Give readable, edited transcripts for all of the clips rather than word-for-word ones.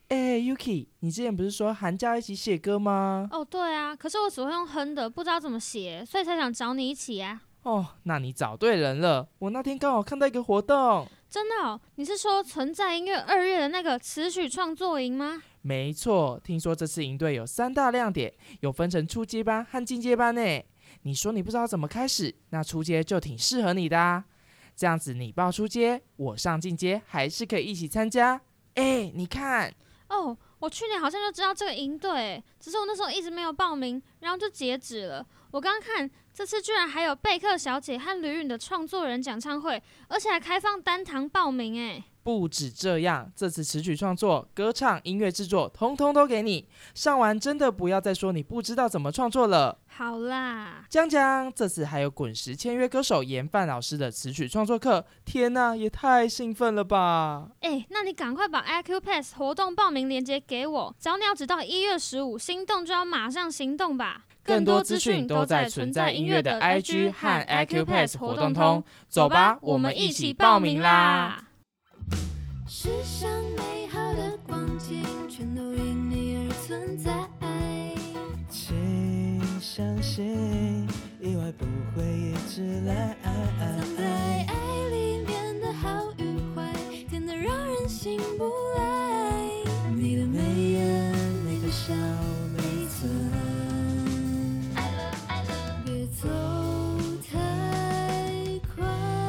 Yuki， 你之前不是说寒假一起写歌吗？ 哦，对啊，可是我只会用哼的，不知道怎么写，所以才想找你一起啊。 哦，那你找对人了。我那天刚好看到一个活动。 真的哦？你是说存在音乐2月的那个词曲创作营吗？ 没错，听说这次营队有3大亮点，有分成初阶班和进阶班呢。你说你不知道怎么开始，那初阶就挺适合你的啊。这样子你报初阶，我上进阶，还是可以一起参加。你看。 哦，我去年好像就知道这个营队，只是我那时候一直没有报名，然后就截止了。我刚看这次居然还有贝克小姐和吕允的创作人讲唱会，而且还开放单堂报名哎。 不止这样，这次词曲创作、歌唱、音乐制作，通通都给你。上完真的不要再说你不知道怎么创作了。 好啦， 江江，这次还有滚石签约歌手严范老师的词曲创作课，天哪，也太兴奋了吧！ 那你赶快把 Acupass 活动报名链接给我，只要你要直到1月15，心动就要马上行动吧。 更多资讯都在存在音乐的 IG 和 Acupass 活动通，走吧，我们一起报名啦！ 世上美好的光景，全都因你而存在。 请相信，意外不会一直来。 藏在爱里面的好与坏，甜得让人醒不来。你的眉眼，每个小每寸，别走太快。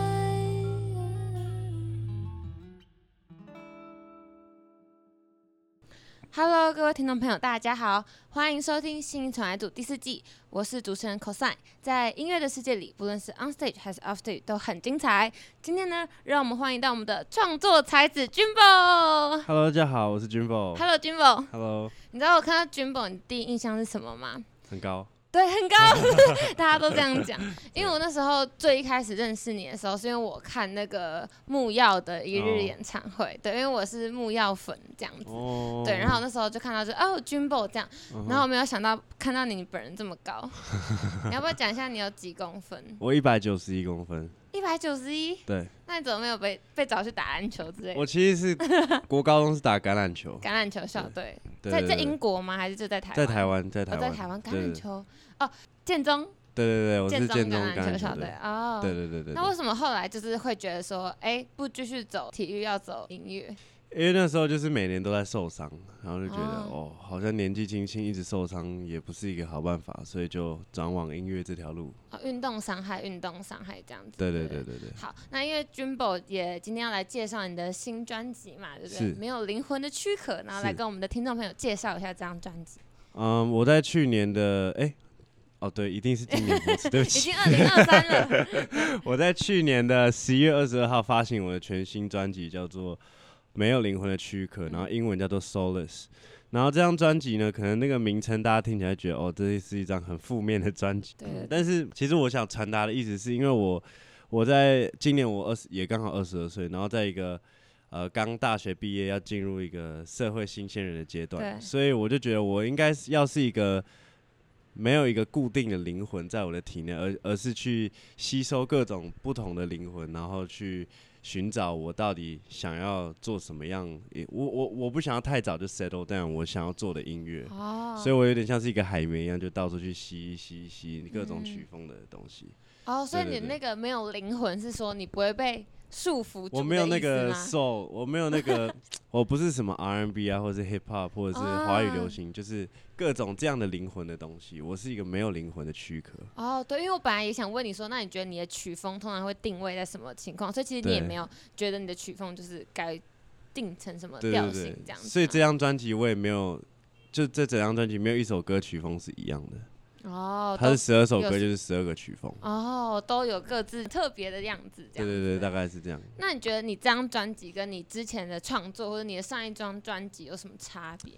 Hello， 各位听众朋友，大家好，欢迎收听《新一宠爱组》第4季，我是主持人 Cosine。在音乐的世界里，不论是 on stage 还是 off stage 都很精彩。今天呢，让我们欢迎到我们的创作才子 Jimbo。 Hello， 大家好，我是 Jimbo。 Hello Jimbo。 Hello。 你知道我看到 Jimbo，你第一印象是什么吗？ 很高。 对，很高，大家都这样讲。因为我那时候最一开始认识你的时候，是因为我看那个木曜的一日演唱会，对，因为我是木曜粉这样子，对，然后那时候就看到Jimbo 这样，然后我没有想到看到你本人这么高，你要不要讲一下你有几公分？ 我191公分。 191？ 对。 那你怎么没有被找去打篮球之类的？ 我其实是国高中是打橄榄球。 橄榄球校队， 对， 在英国吗？还是就在台湾？ 在台湾， 在台湾橄榄球。建中。 对，我是建中橄榄球校队。哦， 对。 那为什么后来就是会觉得说，不继续走体育，要走音乐？ 因为那时候就是每年都在受伤，然后就觉得好像年纪轻轻一直受伤也不是一个好办法，所以就转往音乐这条路。 运动伤害这样子。 对。 好，那因为 Jimbo 也今天要来介绍你的新专辑嘛，对不对？没有灵魂的躯壳，然后来跟我们的听众朋友介绍一下这张专辑。 我在去年的对，一定是今年播出，对不起， 已经2023了。 我在去年的11月22号发行我的全新专辑，叫做《没有灵魂的躯壳》，然后英文叫做 Soulless。然后这张专辑呢，可能那个名称大家听起来觉得这是一张很负面的专辑，但是其实我想传达的意思是因为我在今年也刚好22岁，然后在一个刚大学毕业要进入一个社会新鲜人的阶段，所以我就觉得我应该要是一个没有一个固定的灵魂在我的体内，而是去吸收各种不同的灵魂，然后去寻找我到底想要做什么样。我不想要太早就 settle down 我想要做的音乐，所以我有点像是一个海绵一样，就到处去吸各种曲风的东西。 所以你那个没有灵魂是说你不会被束缚住的意思吗？ 我没有那个 soul， 我没有那个，我不是什么 R&B 啊，或者是 hip hop， 或者是华语流行，就是各种这样的灵魂的东西。我是一个没有灵魂的躯壳。 对，因为我本来也想问你说，那你觉得你的曲风通常会定位在什么情况？所以其实你也没有觉得你的曲风就是该定成什么调性这样子。 所以这张专辑我也没有，就这整张专辑没有一首歌曲风是一样的。它是12首歌，就是12个曲风。 都有各自特别的样子，这样子。 对，大概是这样。 那你觉得你这张专辑跟你之前的创作，或者你的上一张专辑有什么差别？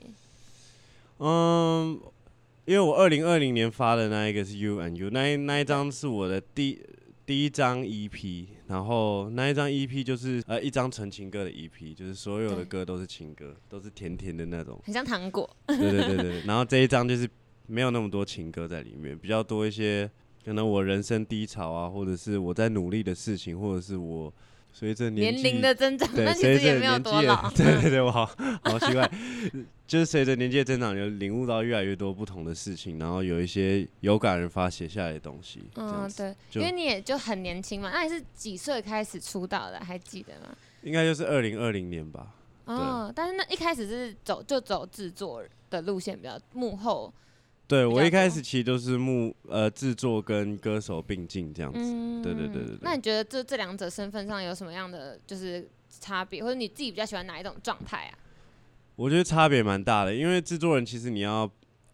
因为我2020年发的那一个是 You and You， 那一张是我的第一张 EP， 然后那一张 EP 就是一张纯情歌的 EP， 就是所有的歌都是情歌，都是甜甜的那种， 很像糖果。 对。然后这一张就是没有那么多情歌在里面，比较多一些可能我人生低潮啊，或者是我在努力的事情，或者是我随着年纪龄的增长， 对， 但其随着实也没有年纪的多老。 对对对，我好奇怪，就是随着年纪的增长，有领悟到越来越多不同的事情，然后有一些有感而发写下来的东西。 对， 就因为你也就很年轻嘛，那你是几岁开始出道的？还记得吗？ 应该就是2020年吧。 但是那一开始是走制作的路线，比较幕后。 对，我一开始其实都是制作跟歌手并进这样子。对。 那你觉得这两者身份上有什么样的就是差别，或者你自己比较喜欢哪一种状态啊？ 我觉得差别蛮大的，因为制作人其实你要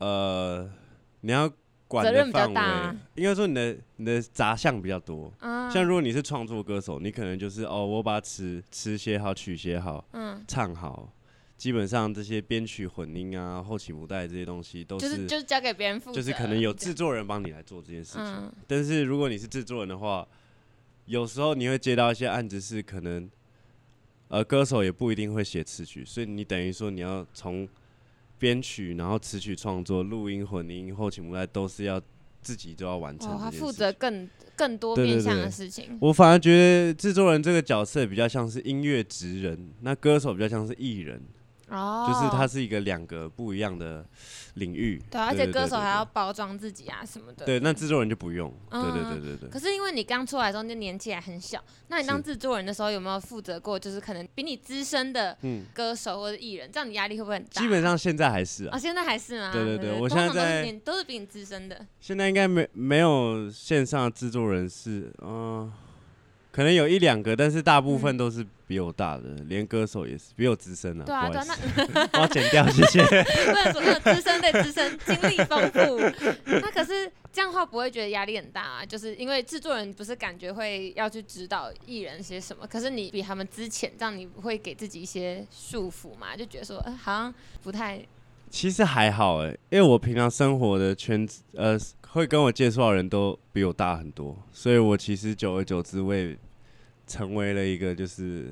管责任比较的范围， 大啊应该说你的杂项比较多。像如果你是创作歌手，你可能就是我把词写好，曲写好，唱好，基本上这些编曲、混音啊、后期母带这些东西都是就是交给别人负责， 就是可能有制作人帮你来做这件事情。但是如果你是制作人的话，有时候你会接到一些案子是可能歌手也不一定会写词曲，所以你等于说你要从编曲，然后词曲创作、录音、混音、后期母带都是要自己都要完成这件事情。 他负责更多面向的事情。 我反而觉得制作人这个角色比较像是音乐职人，那歌手比较像是艺人。就是它是一个两个不一样的领域。 对，而且歌手还要包装自己啊什么的。 对，那制作人就不用。对。 可是因为你刚出来的时候，你年纪还很小，那你当制作人的时候有没有负责过，就是可能比你资深的歌手或者艺人，这样你压力会不会很大？ 基本上现在还是啊。 现在还是吗？ 对，我现在都是比你资深的。 现在应该没有线上的制作人是可能有一两个，但是大部分都是比我大的，连歌手也是比我资深啊。 对啊， 那帮我剪掉，谢谢。 不能说那资深对资深，经历丰富。那可是这样的话不会觉得压力很大啊？就是因为制作人不是感觉会要去指导艺人些什么，可是你比他们之前，这样你会给自己一些束缚嘛？就觉得说，好像不太。 其实还好因为我平常生活的圈子，会跟我接触的人都比我大很多，所以我其实久而久之，我也成为了一个就是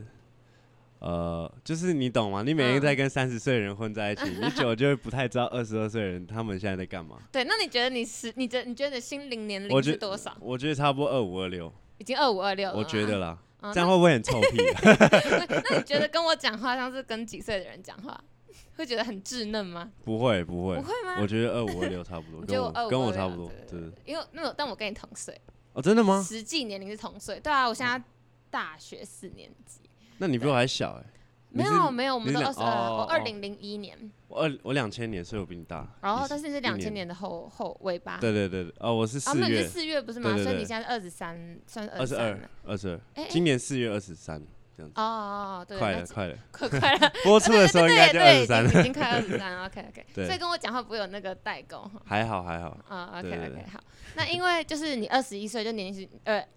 你懂吗？你每天在跟30岁的人混在一起，你久了就会不太知道22岁的人他们现在在干嘛。 对，那你觉得你觉得你的心灵年龄是多少？ 我觉得差不多25、26， 已经25、26了。 我觉得啦，这样会不会很臭屁？ 那你觉得跟我讲话像是跟几岁的人讲话？会觉得很稚嫩吗？ 不会吗？ 我觉得25、26差不多，跟我差不多。对， 因为但我跟你同岁。 真的吗？ 实际年龄是同岁。对啊，我现在大学4年级。 那你比我还小没有，我们都22。我2001年。我 2000年，所以我比你大。 但是你是2000年的后尾巴。 对。我是4月。 那你是4月不是吗？所以你现在是23，算是 22。今年4月23。 对， 快了， 快了。 播出的时候应该就23， 已经快23。OK。所以跟我讲话不会有那个代沟。 还好。 OK，好。那因为就是你21岁就年纪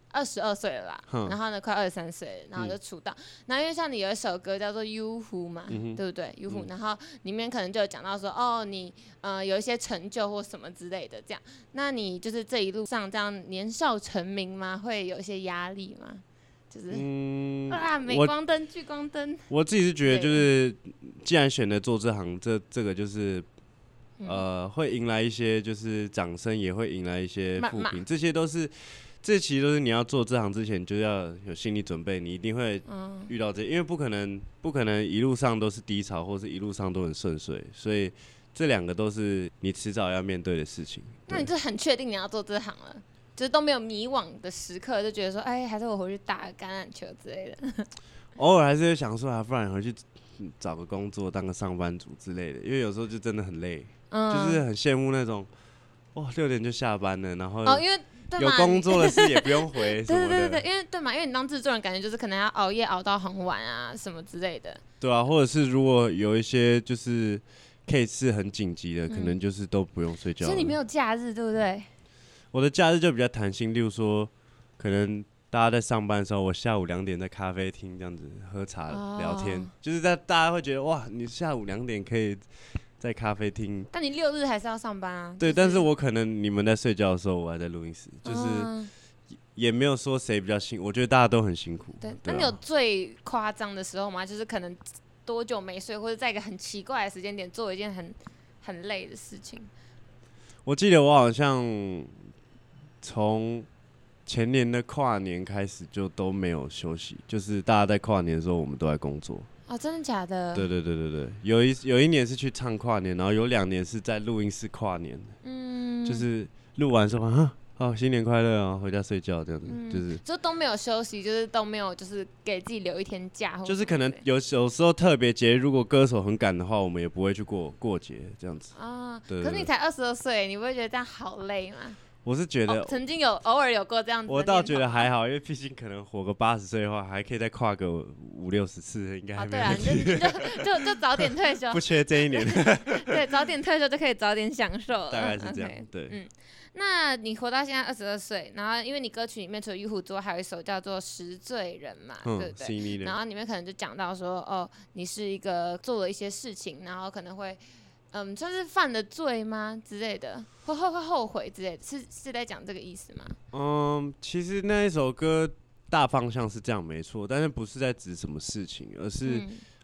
22岁了啦，然后呢快23岁，然后就出道。然后因为像你有一首歌叫做《U Who》嘛，对不对？U Who，然后里面可能就有讲到说，你有一些成就或什么之类的这样。那你就是这一路上这样年少成名吗？会有一些压力吗？就是镁光灯、聚光灯。我自己是觉得，就是既然选择做这行，这个就是会迎来一些就是掌声，也会迎来一些负评，这其实都是你要做这行之前就要有心理准备，你一定会遇到这些，因为不可能一路上都是低潮，或是一路上都很顺遂，所以这两个都是你迟早要面对的事情。 那你就很确定你要做这行了？就是都没有迷惘的时刻，就觉得说，还是我回去打橄榄球之类的。 偶尔还是会想说，不然回去找个工作，当个上班族之类的。因为有时候就真的很累，就是很羡慕那种，6点就下班了，然后因为有工作的事也不用回什么的。 对，因为你当制作人，感觉就是可能要熬夜熬到很晚啊，什么之类的。 对啊，或者是如果有一些就是case很紧急的，可能就是都不用睡觉。 所以你没有假日，对不对？ 我的假日就比较弹性，例如说，可能大家在上班的时候，我下午2点在咖啡厅这样子喝茶聊天，就是大家会觉得哇，你下午2点可以在咖啡厅。但你6日还是要上班啊。 对，但是我可能你们在睡觉的时候，我还在录音室，就是也没有说谁比较辛苦，我觉得大家都很辛苦。 对，那你有最夸张的时候吗？就是可能多久没睡，或者在一个很奇怪的时间点做一件很累的事情。 我记得我好像从前年的跨年开始就都没有休息，就是大家在跨年的时候，我们都在工作。 哦，真的假的？ 对对对对对，有一年是去唱跨年，然后有2年是在录音室跨年。就是录完说新年快乐啊，回家睡觉这样子， 就都没有休息，就是都没有就是给自己留一天假， 就是可能有时候特别节，如果歌手很赶的话，我们也不会去过节这样子。对。 可是你才22岁，你不会觉得这样好累吗？ 我是觉得曾经偶尔有过这样子的念头。 我倒觉得还好，因为毕竟可能活个80岁的话，还可以再跨个50-60次，应该还没问题。 就早点退休， 不缺这一年。 对，早点退休就可以早点享受了。 大概是这样，对。 那你活到现在22岁，然后因为你歌曲里面除了《玉虎》之外，还有一首叫做《食罪人》嘛，对不对？然后里面可能就讲到说，你是一个做了一些事情，然后可能会。算是犯了罪吗之类的，会后悔之类的，是在讲这个意思吗？ 其实那一首歌大方向是这样没错，但是不是在指什么事情，而是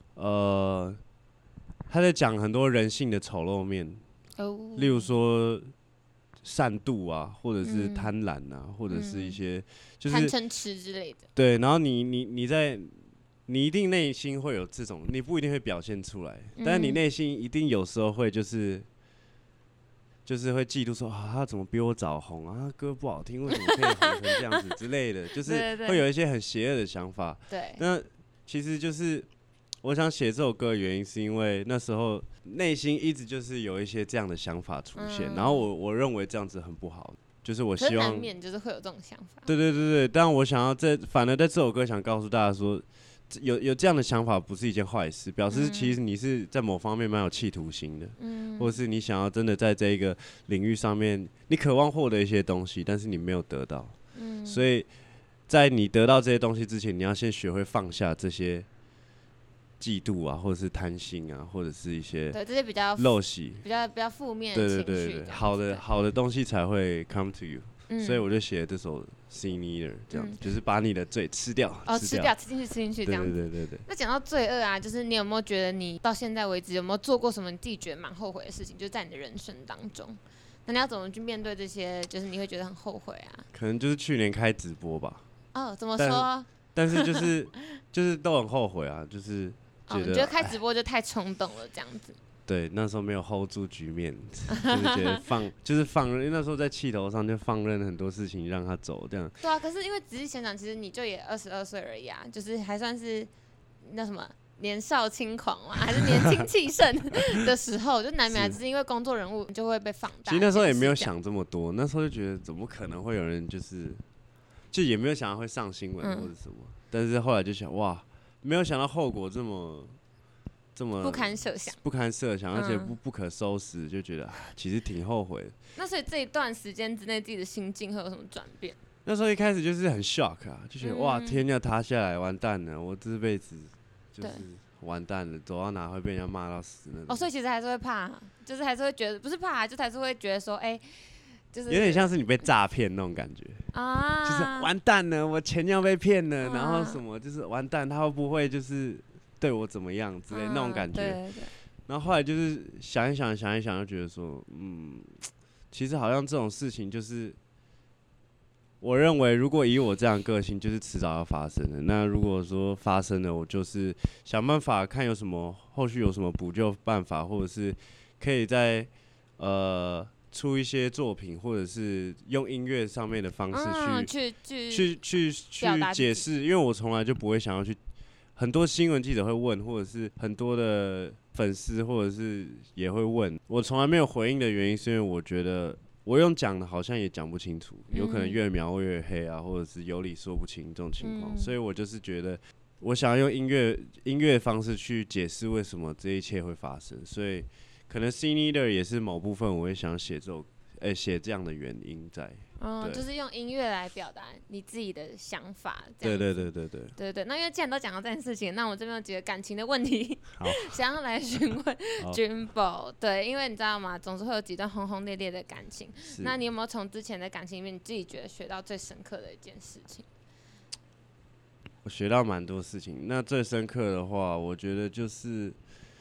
他在讲很多人性的丑陋面，例如说善妒啊，或者是贪婪啊，或者是一些就是贪嗔痴之类的。对， 然后你一定内心会有这种，你不一定会表现出来，但是你内心一定有时候会就是会嫉妒说他怎么比我早红啊，他歌不好听，为什么可以红成这样子之类的，就是会有一些很邪恶的想法。 对， 那其实就是我想写这首歌的原因，是因为那时候内心一直就是有一些这样的想法出现，然后我认为这样子很不好。就是我希望难免就是会有这种想法。 对，但我想要反而在这首歌想告诉大家说。有这样的想法不是一件坏事，表示其实你是在某方面蛮有企图心的，或是你想要真的在这一个领域上面，你渴望获得一些东西，但是你没有得到，所以在你得到这些东西之前，你要先学会放下这些嫉妒啊，或者是贪心啊，或者是一些对这些比较陋习， 比较负面的情绪， 对，好的东西才会 come to you。所以我就写了这首 Sin Eater 这样，就是把你的罪吃掉， 吃进去这样子。 对。 那讲到罪恶啊，就是你有没有觉得你到现在为止有没有做过什么你自己觉得蛮后悔的事情，就是在你的人生当中？那你要怎么去面对这些？就是你会觉得很后悔啊？ 可能就是去年开直播吧。 怎么说？ 但是就是都很后悔啊，就是觉得你觉得开直播就太冲动了这样子。 对，那时候没有 hold 住局面，就是觉得放任，因为那时候在气头上就放任很多事情让他走这样。 对啊，可是因为仔细想想，其实你就也22岁而已啊，就是还算是那什么年少轻狂嘛，还是年轻气盛的时候，就难免还是因为工作人物就会被放大。 其实那时候也没有想这么多，那时候就觉得怎么可能会有人就也没有想到会上新闻或者什么，但是后来就想哇，没有想到后果这么不堪设想， 而且不可收拾，就觉得其实挺后悔的。 那所以这一段时间之内，自己的心境会有什么转变？ 那时候一开始就是很 shock 啊，就觉得哇，天要塌下来，完蛋了，我这辈子就是完蛋了，走到哪会被人家骂到死那种。 所以其实还是会怕，就是还是会觉得不是怕，就还是会觉得说，就是有点像是你被诈骗那种感觉啊，就是完蛋了，我钱要被骗了，然后什么就是完蛋，他会不会就是对我怎么样之类那种感觉。对。然后后来就是想一想，就觉得说，其实好像这种事情就是，我认为如果以我这样的个性，就是迟早要发生的。那如果说发生了，我就是想办法看有什么后续有什么补救办法，或者是可以在出一些作品，或者是用音乐上面的方式去解释，因为我从来就不会想要去。很多新闻记者会问，或者是很多的粉丝，或者是也会问，我从来没有回应的原因，是因为我觉得我用讲的好像也讲不清楚，有可能越描越黑啊，或者是有理说不清这种情况，所以我就是觉得我想要用音乐方式去解释为什么这一切会发生，所以可能 Sin Eater 也是某部分我会想写写这样的原因在。 就是用音乐来表达你自己的想法。 对。 那因为既然都讲到这件事情，那我这边有几个感情的问题，想要来询问 Jimbo。对，因为你知道吗，总是会有几段轰轰烈烈的感情。那你有没有从之前的感情里面，你自己觉得学到最深刻的一件事情？ 我学到蛮多事情。那最深刻的话，我觉得就是。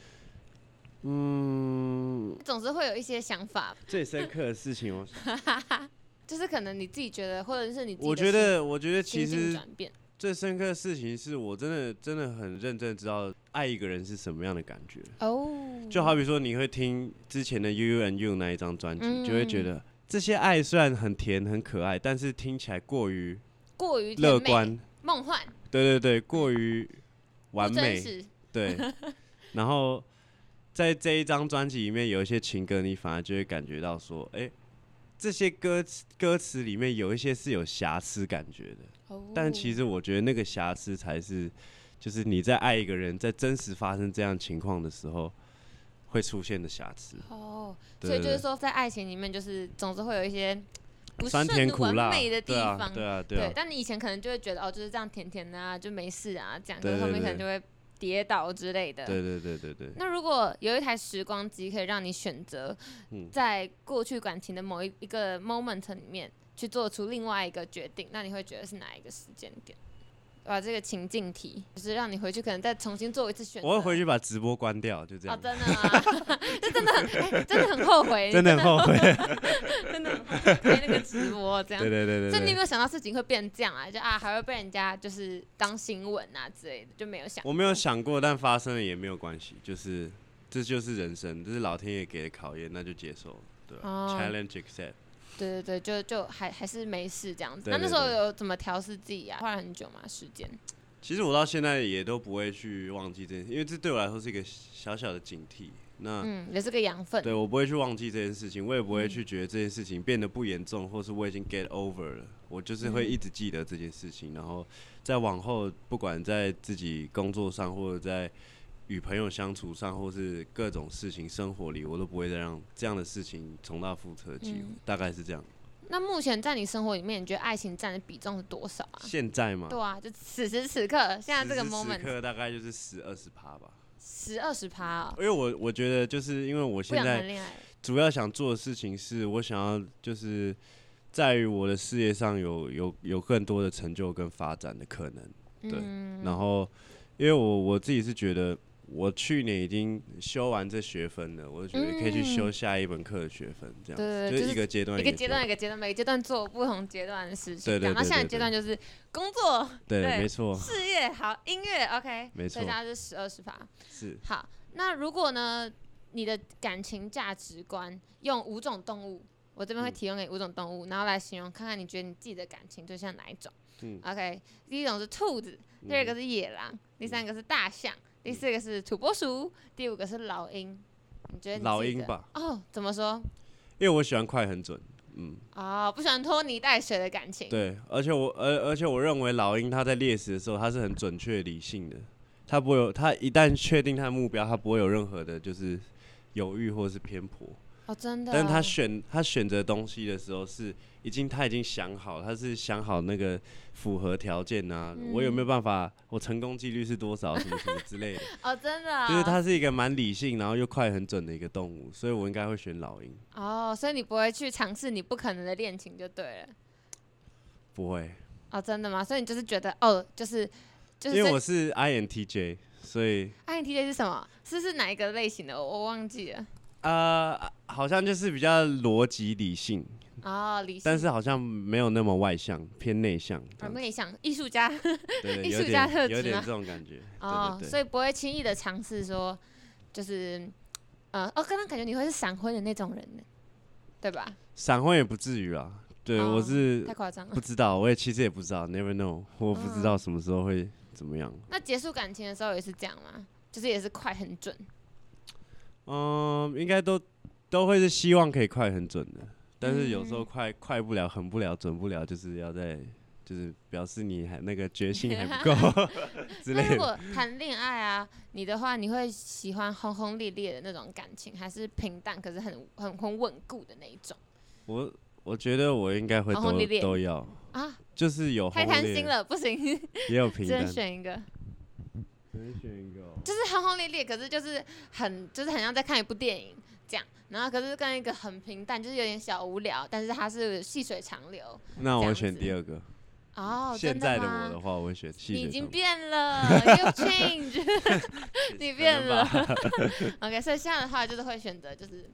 总是会有一些想法。 最深刻的事情， 就是可能你自己觉得，或者是你自己我觉得其心境实转变。 最深刻的事情是我真的很认真知道爱一个人是什么样的感觉。就好比说你会听之前的 You and You 那一张专辑，就会觉得这些爱虽然很甜很可爱，但是听起来过于乐观、 梦幻。 对，过于完美。对，然后在这一张专辑里面有一些情歌，你反而就会感觉到说，这些歌词里面有一些是有瑕疵感觉的，但其实我觉得那个瑕疵才是，就是你在爱一个人，在真实发生这样情况的时候会出现的瑕疵。 所以就是说，在爱情里面，就是总是会有一些不顺酸甜苦辣完美的地方。 对。 但你以前可能就会觉得，就是这样甜甜的啊，就没事啊，这样，可是后面可能就会跌倒之类的。 对。 那如果有一台时光机，可以让你选择在过去感情的某一个 moment 里面去做出另外一个决定，那你会觉得是哪一个时间点？把这个情境题，就是让你回去可能再重新做一次选择。 我会回去把直播关掉，就这样。 真的吗？这真的很后悔， 真的很后悔， 真的很后悔开那个直播这样。 对。 所以你有没有想到事情会变这样啊？就还会被人家就是当新闻啊之类的，就没有想过。 我没有想过，但发生了也没有关系，就是这就是人生，这是老天爷给的考验，那就接受，对，challenge accept。 对，就还是没事这样子。那时候有怎么调试自己啊？花了很久吗？时间？ 其实我到现在也都不会去忘记这件事，因为这对我来说是一个小小的警惕。 也是个养分。 对，我不会去忘记这件事情，我也不会去觉得这件事情变得不严重，或是我已经 get over 了。我就是会一直记得这件事情，然后再往后，不管在自己工作上，或者在与朋友相处上，或是各种事情生活里，我都不会再让这样的事情重蹈覆辙的机会，大概是这样。 那目前在你生活里面，你觉得爱情占的比重是多少啊？ 现在吗？ 对啊，就此时此刻，现在这个 moment， 此刻大概就是10-20%吧。 10-20%啊？ 因为我觉得就是因为我现在主要想做的事情是，我想要就是在于我的事业上有更多的成就跟发展的可能，对。然后因为我自己是觉得。我去年已经修完这学分了，我就觉得可以去修下一门课的学分，这样对， 就是一个阶段一个阶段，每个阶段做不同阶段的事情。 对。 那下一个阶段就是工作， 对，没错。 事业好，音乐 OK， 没错。 所以大概是10-20%。 是。 好，那如果呢，你的感情价值观用5种动物，我这边会提供给5种动物，然后来形容，看看你觉得你自己的感情对象哪一种？OK， 第一种是兔子，第二个是野狼，第三个是大象。第4个是土拨鼠，第5个是老鹰。你觉得你老鹰吧？ 怎么说？ 因为我喜欢快很准， 不喜欢拖泥带水的感情。 对，而且我认为老鹰它在猎食的时候，它是很准确理性的，它不会有，它一旦确定它的目标，它不会有任何的就是犹豫或是偏颇。 真的。 但是他选择东西的时候是他已经想好，他是想好那个符合条件啊，我有没有办法，我成功几率是多少，什么什么之类的。 真的。 就是他是一个蛮理性，然后又快很准的一个动物，所以我应该会选老鹰。 所以你不会去尝试你不可能的恋情就对了。 不会。 真的吗？所以你就是觉得就是因为我是 INTJ， 所以 INTJ 是什么？是哪一个类型的？我忘记了。 好像就是比较逻辑理性， 理性， 但是好像没有那么外向，偏内向。 内向，艺术家， 对， 艺术家特质有点这种感觉。对， 所以不会轻易的尝试说，就是刚刚感觉你会是闪婚的那种人，对吧？ 闪婚也不至于啦，对，我是太夸张了， 不知道，我也其实也不知道 ，never know， 我不知道什么时候会怎么样。 那结束感情的时候也是这样吗？就是也是快很准。 应该都会是希望可以快很准的，但是有时候快不了、狠不了、准不了，就是要就是表示你还那个决心还不够之类的。 那如果谈恋爱啊，你的话，你会喜欢轰轰烈烈的那种感情，还是平淡可是很稳固的那一种？ 我觉得我应该会都要啊，就是有太贪心了，不行， 也有平淡， 只能选一个。就是轰轰烈烈，可是就是很像在看一部电影这样，然后可是跟一个很平淡，就是有点小无聊，但是它是细水长流。 那我选第2个。现在的我的话，我会选细水长流。 你已经变了 ，You change， 你变了。OK， 所以现在的话就是会选择就是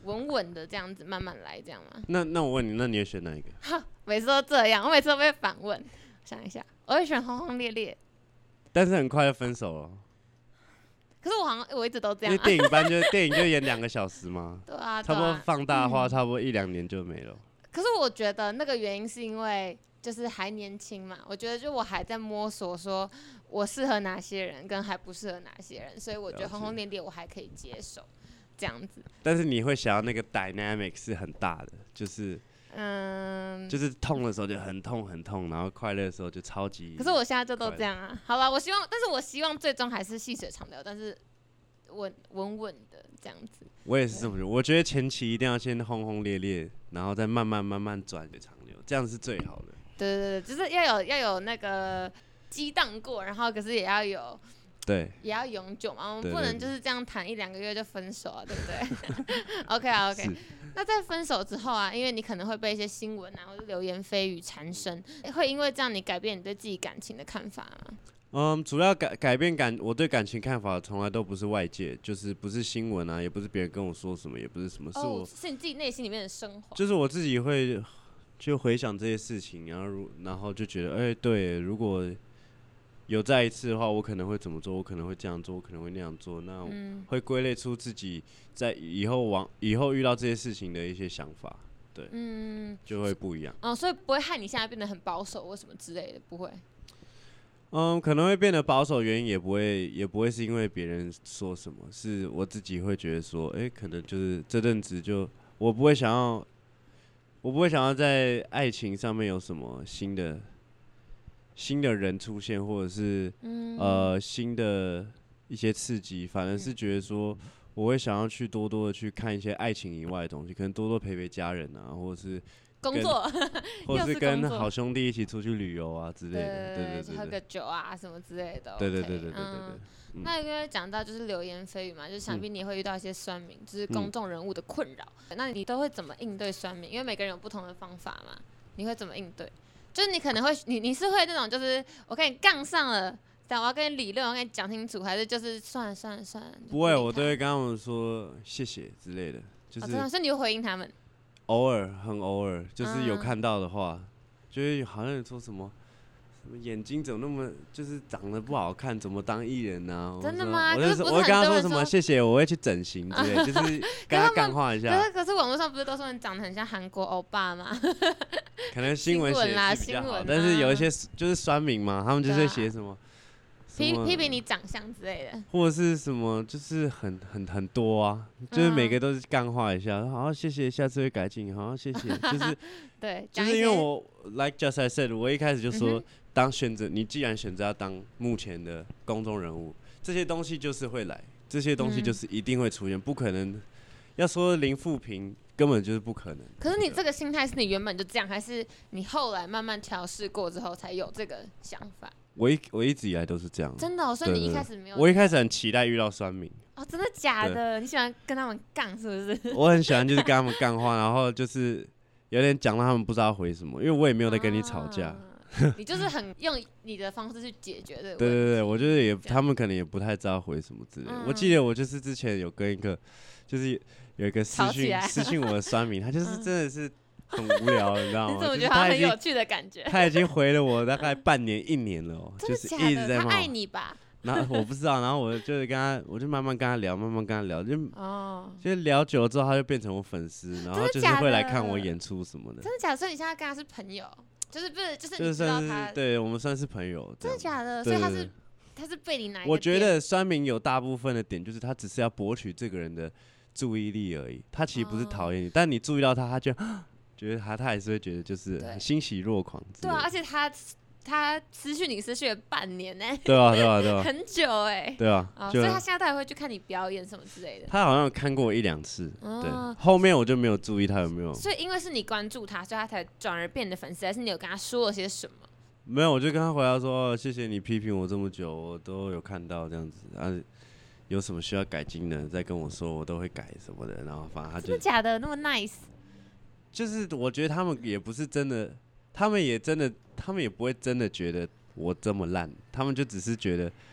稳稳的这样子慢慢来，这样吗？ 那我问你，那你会选哪一个？ 每次都这样，我每次都被反问。想一下，我会选轰轰烈烈， 但是很快就分手了。 可是我好像我一直都这因为样、 电影就演2个小时嘛， 对啊， 差不多放大的话， 嗯差不多1-2年就没了。 可是我觉得那个原因是因为就是还年轻嘛，我觉得就我还在摸索，说我适合哪些人，跟还不适合哪些人，所以我觉得轰轰烈烈我还可以接受这样子。 但是你会想要那个 dynamic 是很大的，就是就是痛的时候就很痛很痛，然后快乐的时候就超级。 可是我现在就都这样啊。好了，但是我希望最终还是细水长流，但是稳的这样子。 我也是这么觉得，我觉得前期一定要先轰轰烈烈，然后再慢慢转水长流，这样是最好的。 对，就是要有那个激荡过，然后可是也要有。 对， 也要永久嘛，我们对不能就是这样谈1-2个月就分手啊，对不对？OK 啊 OK。那在分手之后啊，因为你可能会被一些新闻啊或者流言蜚语缠身，会因为这样你改变你对自己感情的看法吗？ 主要改变我对感情看法从来都不是外界，就是不是新闻啊，也不是别人跟我说什么，也不是什么， 是你自己内心里面的升华。 就是我自己会就回想这些事情，然后就觉得，对，如果有再一次的话，我可能会怎么做？我可能会这样做，我可能会那样做。那会归类出自己在以后遇到这些事情的一些想法，对，就会不一样。 所以不会害你现在变得很保守或什么之类的，不会。 可能会变得保守，原因也不会是因为别人说什么，是我自己会觉得说，可能就是这阵子就我不会想要在爱情上面有什么新的人出现，或者是新的一些刺激，反而是觉得说，我会想要去多多的去看一些爱情以外的东西，可能多多陪家人啊，或者是工作， 或者是跟好兄弟一起出去旅游啊之类的，对， 喝个酒啊什么之类的。 对。 那因为讲到就是流言蜚语嘛，就是想必你也会遇到一些酸民，就是公众人物的困扰。那你都会怎么应对酸民？因为每个人有不同的方法嘛，你会怎么应对？就是你可能会，你是会那种，就是我跟你杠上了，但我要跟你理论，我要跟你讲清楚，还是就是算了。 不会，我都会跟他们说谢谢之类的，就是。 真的，所以你会回应他们？ 很偶尔，就是有看到的话，就是好像说什么眼睛怎么那么就是长得不好看，怎么当艺人呢？ 真的吗？ 我会跟他说什么谢谢，我会去整形之类，就是跟他干话一下。 可是网络上不是都说你长得很像韩国欧巴吗？ 可能新闻写的比较好，但是有一些就是酸民嘛，他们就是会写什么批评你长相之类的， 或者是什么就是很多啊，就是每个都是干话一下，好谢谢，下次会改进，好谢谢，就是对， 就是因为我 like just I said， 我一开始就说，你既然选择要当目前的公众人物，这些东西就是会来，这些东西就是一定会出现，不可能要说零负评。根本就是不可能。 可是你这个心态是你原本就这样，还是你后来慢慢调试过之后才有这个想法？ 我一直以来都是这样。 真的所以你一开始没有？ 我一开始很期待遇到酸民。 真的假的？你喜欢跟他们杠是不是？ 我很喜欢就是跟他们杠话，然后就是有点讲到他们不知道回什么，因为我也没有在跟你吵架。 你就是很用你的方式去解决这个问题。 对，我觉得他们可能也不太知道回什么之类的。我记得我就是之前有跟一个就是有一个私讯我的酸民，他就是真的是很无聊，你知道吗？ 你怎么觉得他很有趣的感觉？ 他已经回了我大概半年1年了就是一直在骂。 他爱你吧？ 然后我不知道，然后我就慢慢跟他聊，就聊久了之后，他就变成我粉丝，然后就是会来看我演出什么的。 真的假的？所以你现在跟他是朋友？就是你知道他？对，我们算是朋友。 真的假的？所以他是被你哪一个点？ 我觉得酸民有大部分的点就是他只是要博取这个人的注意力而已，他其实不是讨厌你，但你注意到他就觉得他还是会觉得就是欣喜若狂。 对啊，而且他私讯你私讯了半年呢。 对啊， 很久哎。 对啊， 所以他现在还会去看你表演什么之类的。 他好像看过1-2次，对，后面我就没有注意他有没有。 所以因为是你关注他，所以他才转而变你的粉丝，还是你有跟他说了些什么？ 没有，我就跟他回答说谢谢你批评我这么久，我都有看到这样子啊，有什么需要改进的再跟我说，我都会改什么的。然后反正他就真的假的那么 nice？ 就是我觉得他们也不是真的，他们也不会真的觉得我这么烂，他们就只是觉得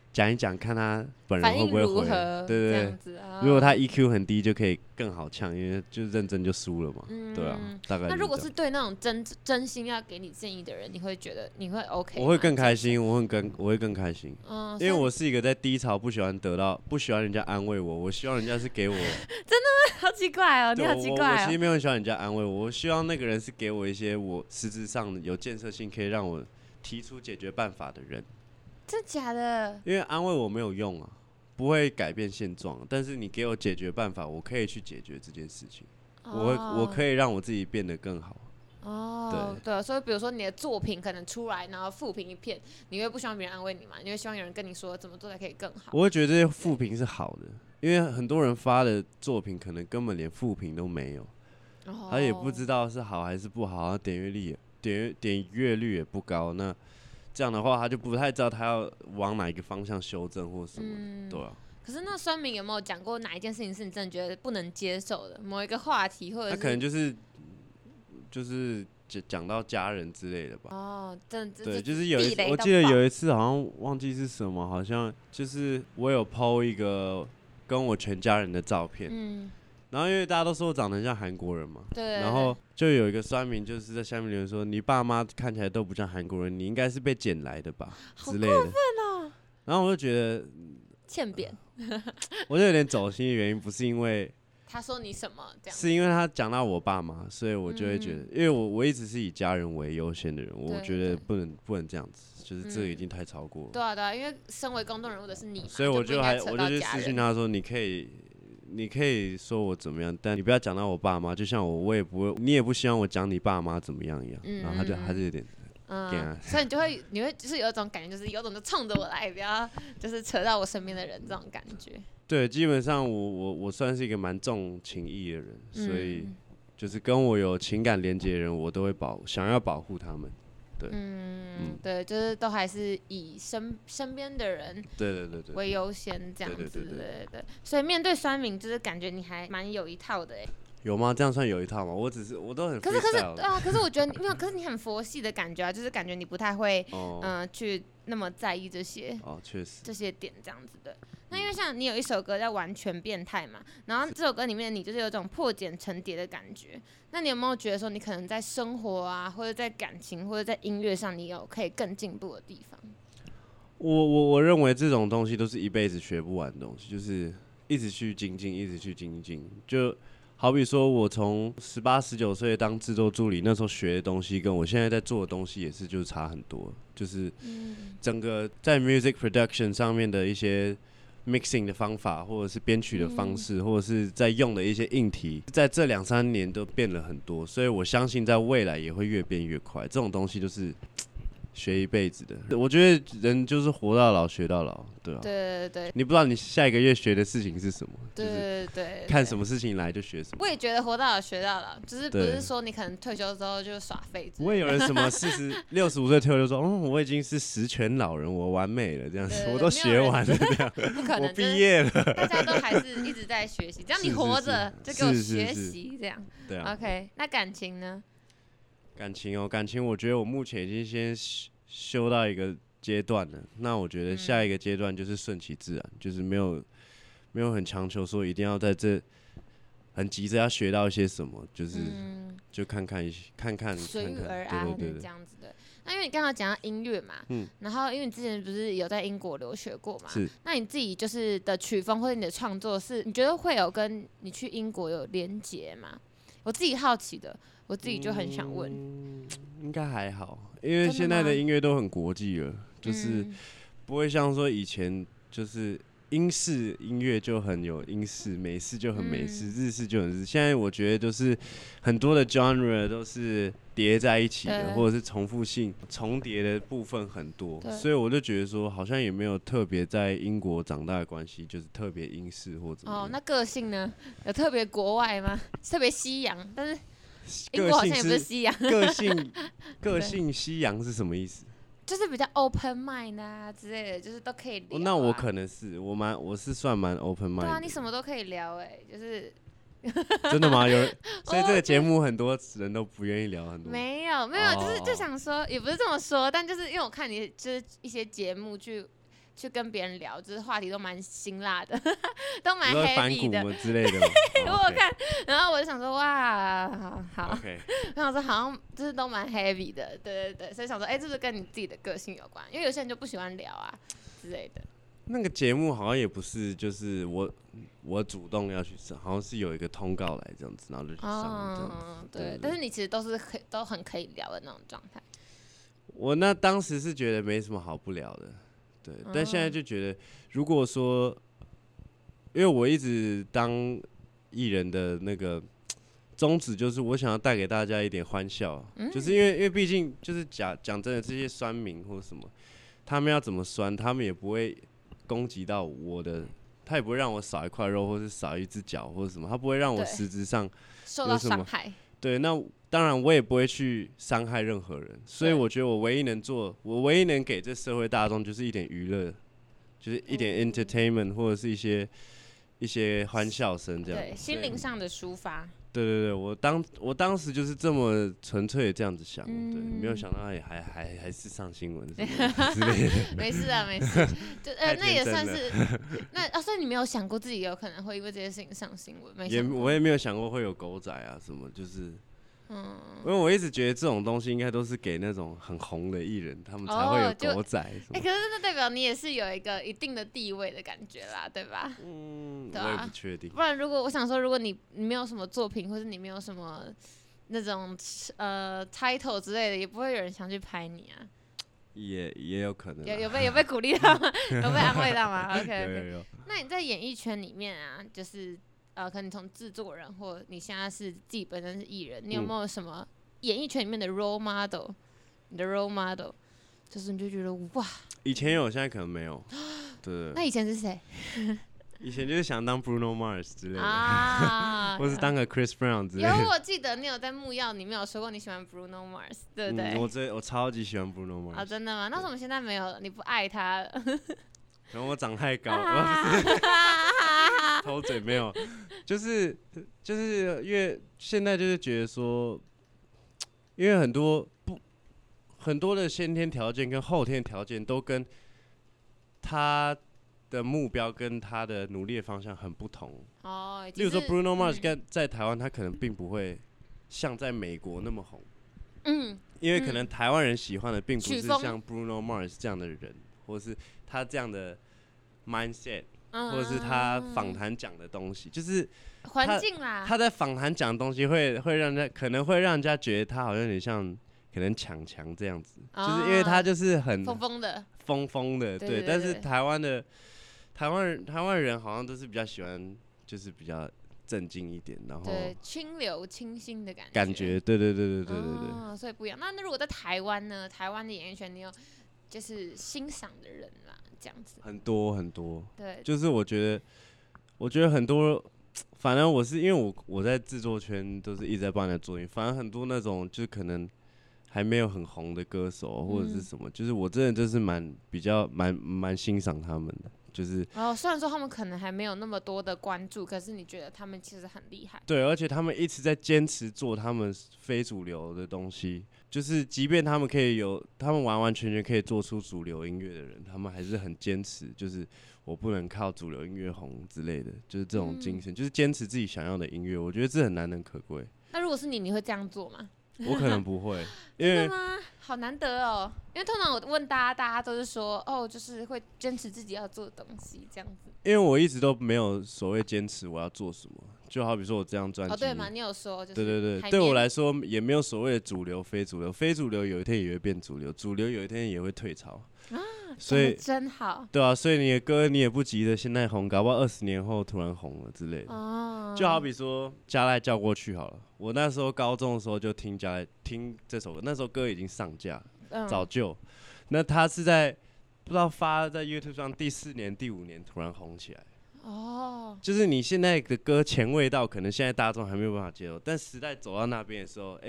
讲一讲，看他本人反应会不会回。 如何？ 对对对这样，子啊。 如果他 EQ 很低，就可以更好呛，因为就认真就输了嘛。对啊，大概。 那如果是对那种真心要给你建议的人，你会觉得你会 OK？ 我会更开心，我会更开心。因为我是一个在低潮不喜欢人家安慰我，我希望人家是给我。 好奇怪哦，你好奇怪哦。 我其实没有很喜欢人家安慰我，我希望那个人是给我一些我实质上有建设性，可以让我提出解决办法的人。 真假的？ 因为安慰我没有用啊，不会改变现状。但是你给我解决办法，我可以去解决这件事情。我可以让我自己变得更好。 对，所以比如说你的作品可能出来，然后负评一片，你会不希望别人安慰你吗？你会希望有人跟你说怎么做才可以更好？ 我会觉得这些负评是好的，因为很多人发的作品可能根本连负评都没有，他也不知道是好还是不好，点阅率也不高。那这样的话，他就不太知道他要往哪一个方向修正或什么的，对啊。 可是那酸民有没有讲过哪一件事情是你真的觉得不能接受的？某一个话题，或者是他可能就是讲到家人之类的吧。对，就是我记得有一次好像忘记是什么，好像就是我有 po 一个跟我全家人的照片，然后因为大家都说我长得很像韩国人嘛， 对， 然后就有一个酸民就是在下面留言说，你爸妈看起来都不像韩国人，你应该是被捡来的吧之类的。好过分哦！然后我就觉得欠扁， 我就有点走心的原因不是因为他说你什么这样， 是因为他讲到我爸妈，所以我就会觉得，因为我一直是以家人为优先的人，我觉得不能这样子，就是这个已经太超过了。 对啊，因为身为公众人物的是你嘛， 所以我就去私讯他说，你可以说我怎么样，但你不要讲到我爸妈，就像我也不会，你也不希望我讲你爸妈怎么样一样。然后他就还是有点。 所以你会就是有一种感觉，就是有种就冲着我来，不要就是扯到我身边的人这种感觉。 对，基本上我算是一个蛮重情义的人，所以就是跟我有情感连接的人，我都会想要保护他们。对， 对，就是都还是以身边的人对为优先这样子，对。所以面对酸民，就是感觉你还蛮有一套的哎。 有吗？这样算有一套吗？我都很 freestyle 的。 可是我觉得没有，可是你很佛系的感觉啊，就是感觉你不太会去那么在意这些确实这些点这样子的。那因为像你有一首歌叫《完全变态》嘛，然后这首歌里面你就是有种破茧成蝶的感觉。那你有没有觉得说你可能在生活啊，或者在感情，或者在音乐上，你有可以更进步的地方？ 我认为这种东西都是一辈子学不完的东西，就是一直去精进，一直去精进。就好比说，我从18、19岁当制作助理，那时候学的东西，跟我现在在做的东西也是就是差很多。就是整个在 music production 上面的一些 mixing 的方法，或者是编曲的方式，或者是在用的一些硬体，在这2、3年都变了很多，所以我相信在未来也会越变越快。这种东西就是学一辈子的，我觉得人就是活到老学到老，对吧？ 对。 你不知道你下一个月学的事情是什么， 对， 看什么事情来就学什么。 我也觉得活到老学到老，就是不是说你可能退休之后就耍废。 不会有人什么65岁退休就说，我已经是10全老人，我完美了这样子，我都学完了这样， 不可能， 我毕业了。 大家都还是一直在学习，只要你活着就给我学习这样。 对啊。 OK， 那感情呢？ 感情，我觉得我目前已经先修到一个阶段了。那我觉得下一个阶段就是顺其自然，就是没有很强求说一定要在这很急着要学到一些什么，就是就看看随遇而安这样子的。那因为你刚刚讲到音乐嘛，然后因为你之前不是有在英国留学过嘛，那你自己就是的曲风或者你的创作是，你觉得会有跟你去英国有连结吗？我自己好奇的，我自己就很想问。 应该还好，因为现在的音乐都很国际了，就是不会像说以前就是英式音乐就很有英式，美式就很美式，日式就很日式。现在我觉得就是很多的 genre 都是叠在一起的，或者是重复性重叠的部分很多，所以我就觉得说好像也没有特别在英国长大的关系，就是特别英式或怎么样。 那个性呢？有特别国外吗？特别西洋？但是英国好像也不是西洋。 个性西洋是什么意思？ 就是比较 open mind 啊之类的，就是都可以聊。 那我可能是我是算蛮 open mind。对啊，你什么都可以聊就是真的吗？所以这个节目很多人都不愿意聊很多。 没有，就想说，也不是这么说，但就是因为我看你就是一些节目去去跟别人聊，就是话题都蛮辛辣的，都蛮你说反 heavy 骨的。 之类的吗。 我有看，然后我就想说，哇，好， OK， 我想说好像就是都蛮 heavy 的，对对对，所以想说，是不是跟你自己的个性有关？因为有些人就不喜欢聊啊之类的。 那个节目好像也不是，就是我主动要去上，好像是有一个通告来这样子，然后就去上这样子。 对，但是你其实都很可以聊的那种状态。 我那当时是觉得没什么好不聊的，对，但现在就觉得，如果说，因为我一直当艺人的那个宗旨就是我想要带给大家一点欢笑，就是因为毕竟就是讲真的，这些酸民或什么，他们要怎么酸，他们也不会攻击到我的，他也不会让我少一块肉，或是少一只脚或者什么，他不会让我实质上受到伤害。 对，那当然我也不会去伤害任何人，所以我觉得我唯一能给这社会大众就是一点娱乐，就是一点 entertainment 或者是一些欢笑声这样。 对，心灵上的抒发。 对对对，我当时就是这么纯粹的这样子想，对，没有想到还是上新闻之类的。 没事啊，没事，就那也算是所以你没有想过自己有可能会因为这些事情上新闻？ 我也没有想过会有狗仔啊什么，就是。因为我一直觉得这种东西应该都是给那种很红的艺人，他们才会有狗仔。可是那代表你也是有一个一定的地位的感觉啦，对吧？对我也不确定。 不然我想说，如果你没有什么作品，或者你没有什么那种title 之类的，也不会有人想去拍你啊。 也有可能。 有被鼓励到吗？有被安慰到吗 ？OK。 有。那你在演艺圈里面啊，就是。可能从制作人或你现在是自己本身是艺人，你有没有什么演艺圈里面的 role model？ 你的 role model 就是你就觉得哇，以前有，现在可能没有。对。 那以前是谁？ 以前就是想当 Bruno Mars 之类的，或是当个 Chris Brown 之类的。 我记得你有在木曜里面有说过你喜欢 Bruno Mars， 对不对？ 我超级喜欢 Bruno Mars。 真的吗？那为什么现在没有了？你不爱他了？ 然后我长太高，偷嘴没有，就是因为现在就是觉得说，因为很多的先天条件跟后天条件都跟他的目标跟他的努力的方向很不同。例如说 Bruno Mars 在台湾，他可能并不会像在美国那么红。因为可能台湾人喜欢的并不是像 Bruno Mars 这样的人，或是他这样的 mindset，或者是他访谈讲的东西，就是环境啦。 他在访谈讲的东西可能会让人家觉得他好像有点像可能强这样子，就是因为他就是很疯的，对。但是台湾人好像都是比较喜欢，就是比较正经一点，然后对清流清新的感觉，对。 所以不一样。那如果在台湾呢？台湾的演艺圈，你有就是欣赏的人啦，这样子很多。 对， 就是我觉得很多，反正我是因为我在制作圈都是一直在帮人家做，反正很多那种就可能还没有很红的歌手或者是什么，就是我真的就是蛮欣赏他们的。就是虽然说他们可能还没有那么多的关注，可是你觉得他们其实很厉害。 对，而且他们一直在坚持做他们非主流的东西，就是即便他们完完全全可以做出主流音乐的人，他们还是很坚持，就是我不能靠主流音乐红之类的，就是这种精神，就是坚持自己想要的音乐，我觉得这很难能可贵。 那如果是你会这样做吗？ 我可能不会，因为真的吗？好难得哦。因为通常我问大家都是说，就是会坚持自己要做的东西这样子。 因为我一直都没有所谓坚持我要做什么，就好比说我这张专辑， 对嘛？你有说，就是对，对我来说也没有所谓的主流、非主流，非主流有一天也会变主流，主流有一天也会退潮。所以真好， 对啊，所以你的歌你也不急着现在红，搞不好20年后突然红了之类的。就好比说《加赖叫过去》好了，我那时候高中的时候就听这首歌，那首歌已经上架，早就。那他是在不知道发在 YouTube 上第4年、第5年突然红起来。就是你现在的歌前卫到可能现在大众还没有办法接受，但时代走到那边的时候，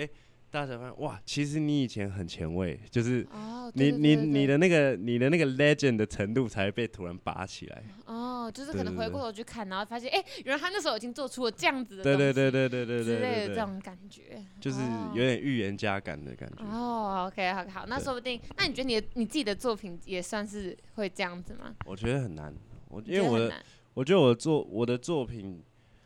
大家才发现哇，其实你以前很前卫，就是哦， 你对你的那个legend 的程度才被突然拔起来。 哦，就是可能回对对对过头去看，然后发现原来他那时候已经做出了这样子的对东西对对对对对之类对对， 的这种感觉， 就是哦有点预言家感的感觉。 哦，OK， 好，那对说不定，那你觉得你自己的作品也算是会这样子吗？ 我觉得很难， 你因为觉得很难我觉得我的作品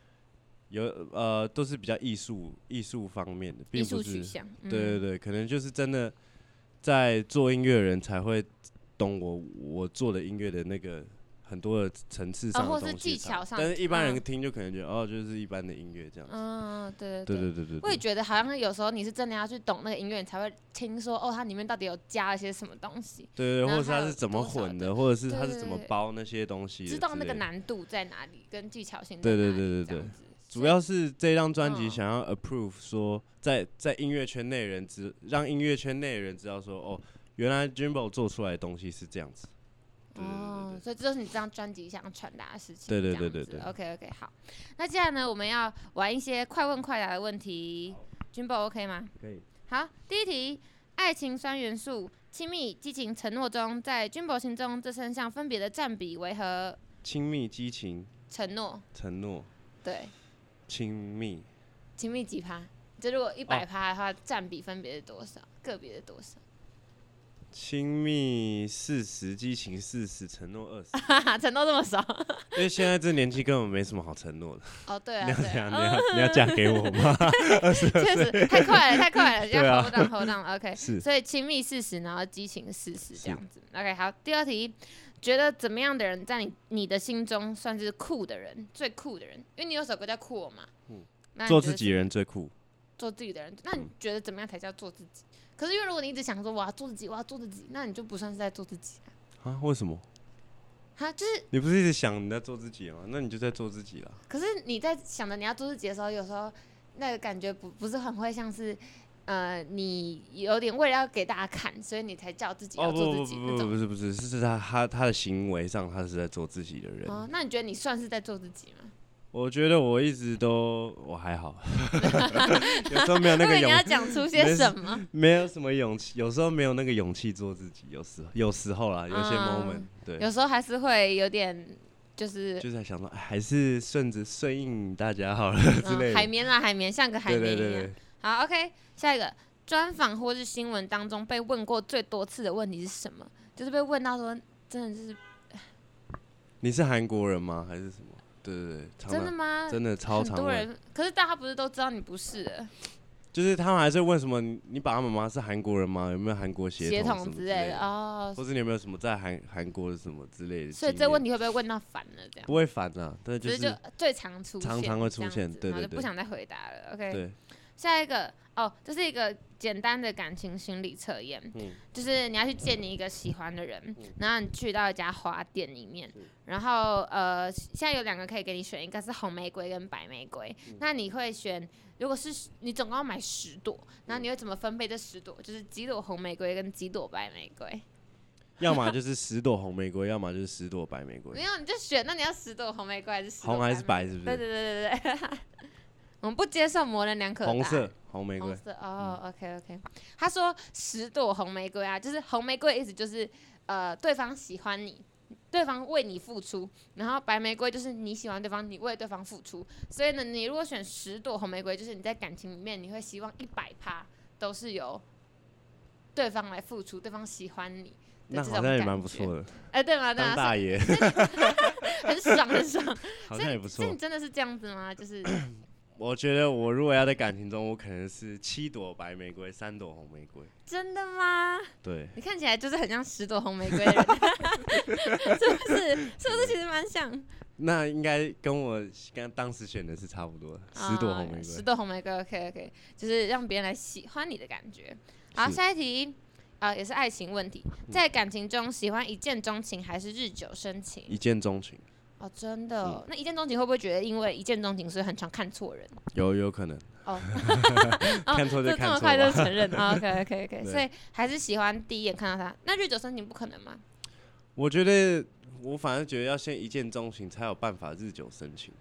都是比较艺术方面的，并艺不是。 术取向， 对对对，可能就是真的在做音乐的人才会懂我做的音乐的那个很多的层次上的或东西是技巧上， 但是一般人听就可能觉得就是一般的音乐这样子。 对对对对对对。 我也觉得好像有时候你是真的要去懂那个音乐，你才会听说它里面到底有加了些什么东西， 对对，或者是然后还有它是怎么多少的混的，或者是它是对怎么对对包那些东西的之类的， 知道那个难度在哪里，跟技巧性在对对哪里， 对对对这样子主要是这张专辑嗯想要 approve 说在音乐圈内人让音乐圈内的人知道说原来 Jimbo 做出来的东西是这样子。对对对对所以这就是你这张专辑想传达的事情。 对对对对对 OK， 好，那接下来呢，我们要玩一些快问快答的问题。Jimbo OK 吗？ 可以。 好，第一题，爱情三元素，亲密、激情、承诺中，在 Jimbo 心中这三项分别的占比为何？ 亲密、激情、 承诺， 承诺、 对， 亲密， 亲密几趴？就如果100%的话，占比分别是多少？个别的多少？ 亲密40，激情40，承诺20。 哈哈，承诺这么少？ 因为现在这年纪根本没什么好承诺的。 哦，对啊， 你要对怎样？ 啊， 你要嫁给我吗？ 确实太快了，太快了， 对啊要 hold down hold down。OK， 是所以亲密40，然后激情40这样子。OK， 好，第二题，觉得怎么样的人在你的心中算是酷的人，最酷的人？因为你有首歌叫《酷我》嘛，那你觉得做自己人最酷。 做自己的人，那你觉得怎么样才叫做自己？可是因为如果你一直想说我要做自己，我要做自己，那你就不算是在做自己啊？为什么？ 就是你不是一直想你在做自己吗？那你就在做自己了。 可是你在想着你要做自己的时候，有时候那个感觉不是很会像是你有点为了要给大家看，所以你才叫自己要做自己那种。 不是，是他的行为上他是在做自己的人。 那你觉得你算是在做自己吗？ 我觉得我一直都还好，有时候没有那个勇气。 你要讲出些什么？ 没有什么勇气，有时候没有那个勇气做自己，有时候啦，有些 moment，对， 有时候还是会有点就是在想说，还是顺应大家好了之类的。 海绵啦，海绵像个海绵一样。 对。 好 ，OK， 下一个专访或是新闻当中被问过最多次的问题是什么？就是被问到说，真的是你是韩国人吗？还是什么？对， 真的吗？ 真的超常问。 很多人，可是大家不是都知道你不是的？ 就是他们还是问什么，你爸爸妈妈是韩国人吗？有没有韩国血统之类的哦？ 或者你有没有什么在韩国的什么之类的？ 所以这问题会不会问到烦了？这样不会烦啊，但就最常出现， 常常会出现，对， 就不想再回答了。OK， 对， 下一个这是一个简单的感情心理测验，就是你要去见你一个喜欢的人，然后你去到一家花店里面，然后现在有2个可以给你选，一个是红玫瑰跟白玫瑰，那你会选？如果是你总共要买10朵，然后你会怎么分配这10朵？就是几朵红玫瑰跟几朵白玫瑰？ 要么就是10朵红玫瑰，要么就是10朵白玫瑰。 没有，你就选，那你要10朵红玫瑰还是10朵红还是白？是不是？ 对。我们不接受模棱两可的答案。 红色红玫瑰。 红色OK。他说10朵红玫瑰啊，就是红玫瑰的意思就是对方喜欢你，对方为你付出，然后白玫瑰就是你喜欢对方，你为对方付出。所以呢，你如果选10朵红玫瑰，就是你在感情里面你会希望100%都是由对方来付出，对方喜欢你。 那好像也蛮不错的。 对吗？ 当大爷， 很爽。 好像也不错。 所以你真的是这样子吗？就是。 我觉得我如果要在感情中，我可能是7朵白玫瑰，3朵红玫瑰。 真的吗？ 对。 你看起来就是很像10朵红玫瑰的人，是不是其实蛮像？ 那应该跟我刚当时选的是差不多，10朵红玫瑰。 10朵红玫瑰 ，OK， 就是让别人来喜欢你的感觉。好，下一题也是爱情问题，在感情中喜欢一见钟情还是日久生情？ 一见钟情。 真的。那一见钟情会不会觉得因为一见钟情所以很常看错人？ 有可能。看错就看错吧。 这么快就承认？OK， 所以还是喜欢第一眼看到他。那日久生情不可能吗？ 我觉得我反而觉得要先一见钟情才有办法日久生情。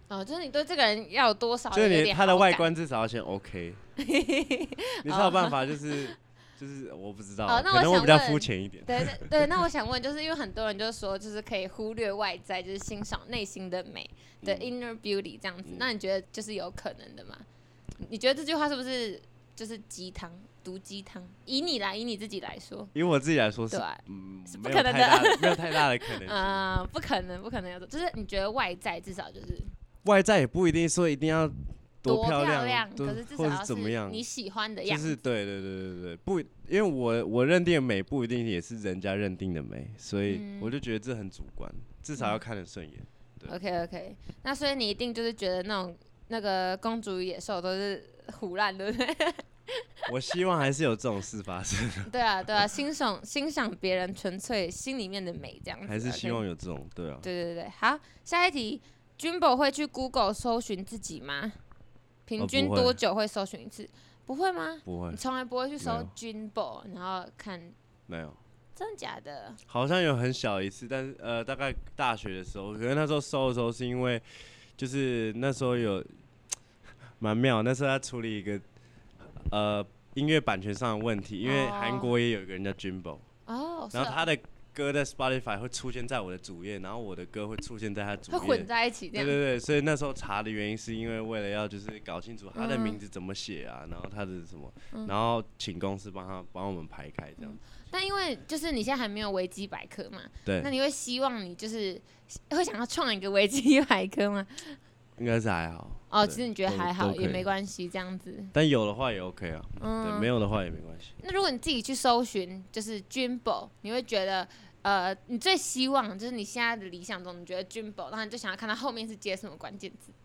哦，就是你对这个人要有多少就是有点他的外好感观至少要先 OK，你才有办法就是我不知道， 哦那可能我比较想问肤浅一点。 对对对，那我想问，就是因为很多人就说，就是可以忽略外在，就是欣赏内心的美的 inner beauty 这样子。那你觉得就是有可能的吗？你觉得这句话是不是就是鸡汤、毒鸡汤？以你自己来说， 以我自己来说对，是不可能没有太大的， 没有太大的可能性。 不可能有，就是你觉得外在至少就是外在也不一定说一定要多漂亮，可是至少或要是怎么样， 你喜欢的就样子。 是对，不，因为我认定的美不一定也是人家认定的美，所以我就觉得这很主观，至少要看得顺眼。 OK， 那所以你一定就是觉得那个公主与野兽都是唬烂，对不对？ 我希望还是有这种事发生， 对啊，欣赏别人纯粹心里面的美，这样子。 还是希望有这种，对啊。 对，好，下一题 ，Jimbo 会去 Google 搜寻自己吗？平均不会多久会搜寻一次？不会吗？ 不会你，从来不会去搜没有 Jimbo，然后看， 没有。 真的假的？ 好像有很小一次，但是大概大学的时候，可能那时候搜的时候是因为，就是那时候有蛮妙，那时候他处理一个音乐版权上的问题，因为韩国也有一个人叫 Jimbo，然后他的歌在 Spotify 会出现在我的主页，然后我的歌会出现在他主页， 会混在一起这样。 对，所以那时候查的原因是因为为了要就是搞清楚他的名字怎么写啊，然后他的什么，然后请公司帮我们排开这样。 但因为就是你现在还没有维基百科嘛， 对， 那你会希望你就是会想要创一个维基百科吗？ 应该是还好。 哦，其实你觉得还好， 都可以也没关系这样子。 但有的话也 OK 啊，对，没有的话也没关系。 那如果你自己去搜寻就是 Jimbo， 你会觉得你最希望就是你现在的理想中，你觉得 Jimbo， 然后你就想要看他后面是接什么关键字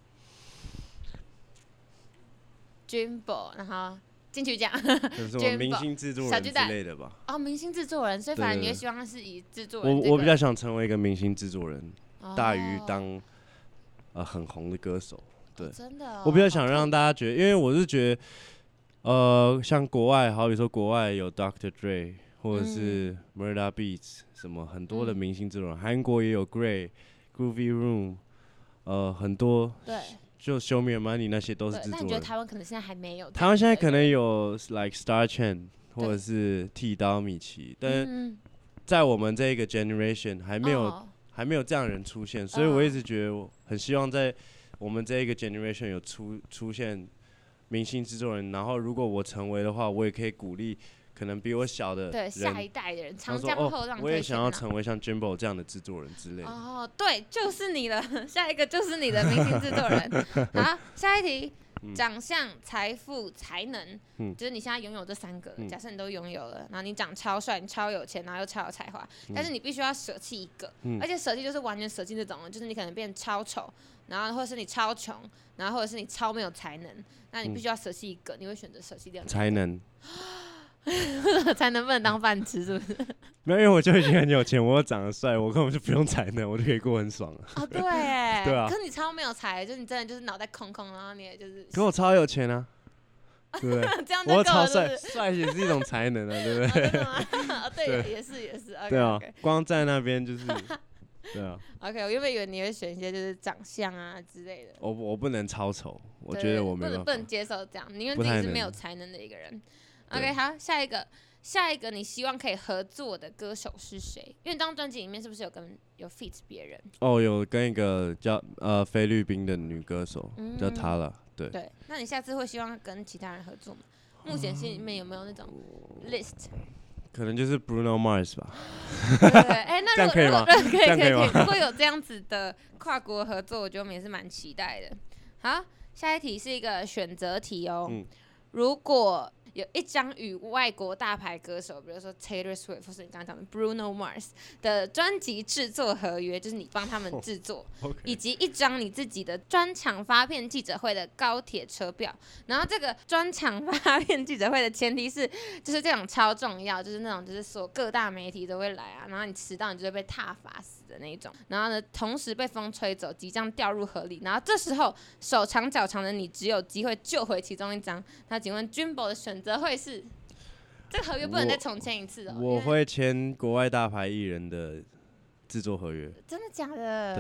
？Jimbo， 然后金曲奖， 就是什么明星制作人之类的吧。 哦，明星制作人，所以反而你会希望他是以制作人、 我比较想成为一个明星制作人，大于当很红的歌手。对， 真的、 我比较想让大家觉得，因为我是觉得，像国外，好比说国外有 Dr. Dre 或者是 Murda Beats 什么很多的明星制作人，韩国也有 Gray、Groovy Room， 很多， 对， 就 Show Me Your Money 那些都是制作人。 那你觉得台湾可能现在还没有？ 台湾现在可能有 like Star Chen 或者是剃刀米奇，但在我们这一个 generation 还没有这样的人出现，所以我一直觉得我很希望在我们这一个 generation 有出现明星制作人，然后如果我成为的话，我也可以鼓励可能比我小的人， 下一代的人，长说江后浪我也想要成为像 Jimbo 这样的制作人之类的。 哦，对，就是你了，下一个就是你的明星制作人。好，下一题，长相、财富、才能，就是你现在拥有这3个，假设你都拥有了，然后你长超帅，你超有钱，然后又超有才华，但是你必须要舍弃一个，而且舍弃就是完全舍弃这种，就是你可能变超丑，然后或者是你超穷，然后或者是你超没有才能，那你必须要舍弃一个，你会选择舍弃掉才能？ 才能不能当饭吃，是不是？ 没有，因为我就已经很有钱，我又长得帅，我根本就不用才能，我就可以过很爽了。 哦，对， 对啊。 可是你超没有才，就是你真的就是脑袋空空，然后你也就是。 可我超有钱啊，对不对？ 这样就够了， 我超帅，帅也是一种才能啊，对不对？ 真的吗？对，也是。 对啊，光在那边就是，对啊。 OK， 我原本以为你会选一些就是长相啊之类的。 我不能超丑，我觉得我没办法， 不能接受这样，因为自己是没有才能的一个人。OK， 好，下一个你希望可以合作的歌手是谁？因为这张专辑里面是不是有 feat 别人？ 哦，有跟一个叫菲律宾的女歌手叫 Tala， 对。 对，那你下次会希望跟其他人合作吗？目前心里面有没有那种 list？ 可能就是 Bruno Mars 吧。 对，那这样可以吗？ 可以吗？ 如果有这样子的跨国合作，我觉得我们也是蛮期待的。好，下一题是一个选择题哦。如果有一张与外国大牌歌手，比如说 Taylor Swift 或是你刚刚讲的 Bruno Mars 的专辑制作合约，就是你帮他们制作，以及一张你自己的专场发片记者会的高铁车票。然后这个专场发片记者会的前提是，就是这种超重要，就是那种就是所各大媒体都会来啊，然后你迟到你就会被挞伐死的那种。然后呢，同时被风吹走，即将掉入河里。然后这时候手长脚长的你只有机会救回其中一张。那请问 Jimbo 的选择会是？这个合约不能再重签一次哦。 我会签国外大牌艺人的制作合约。 真的假的？ 对。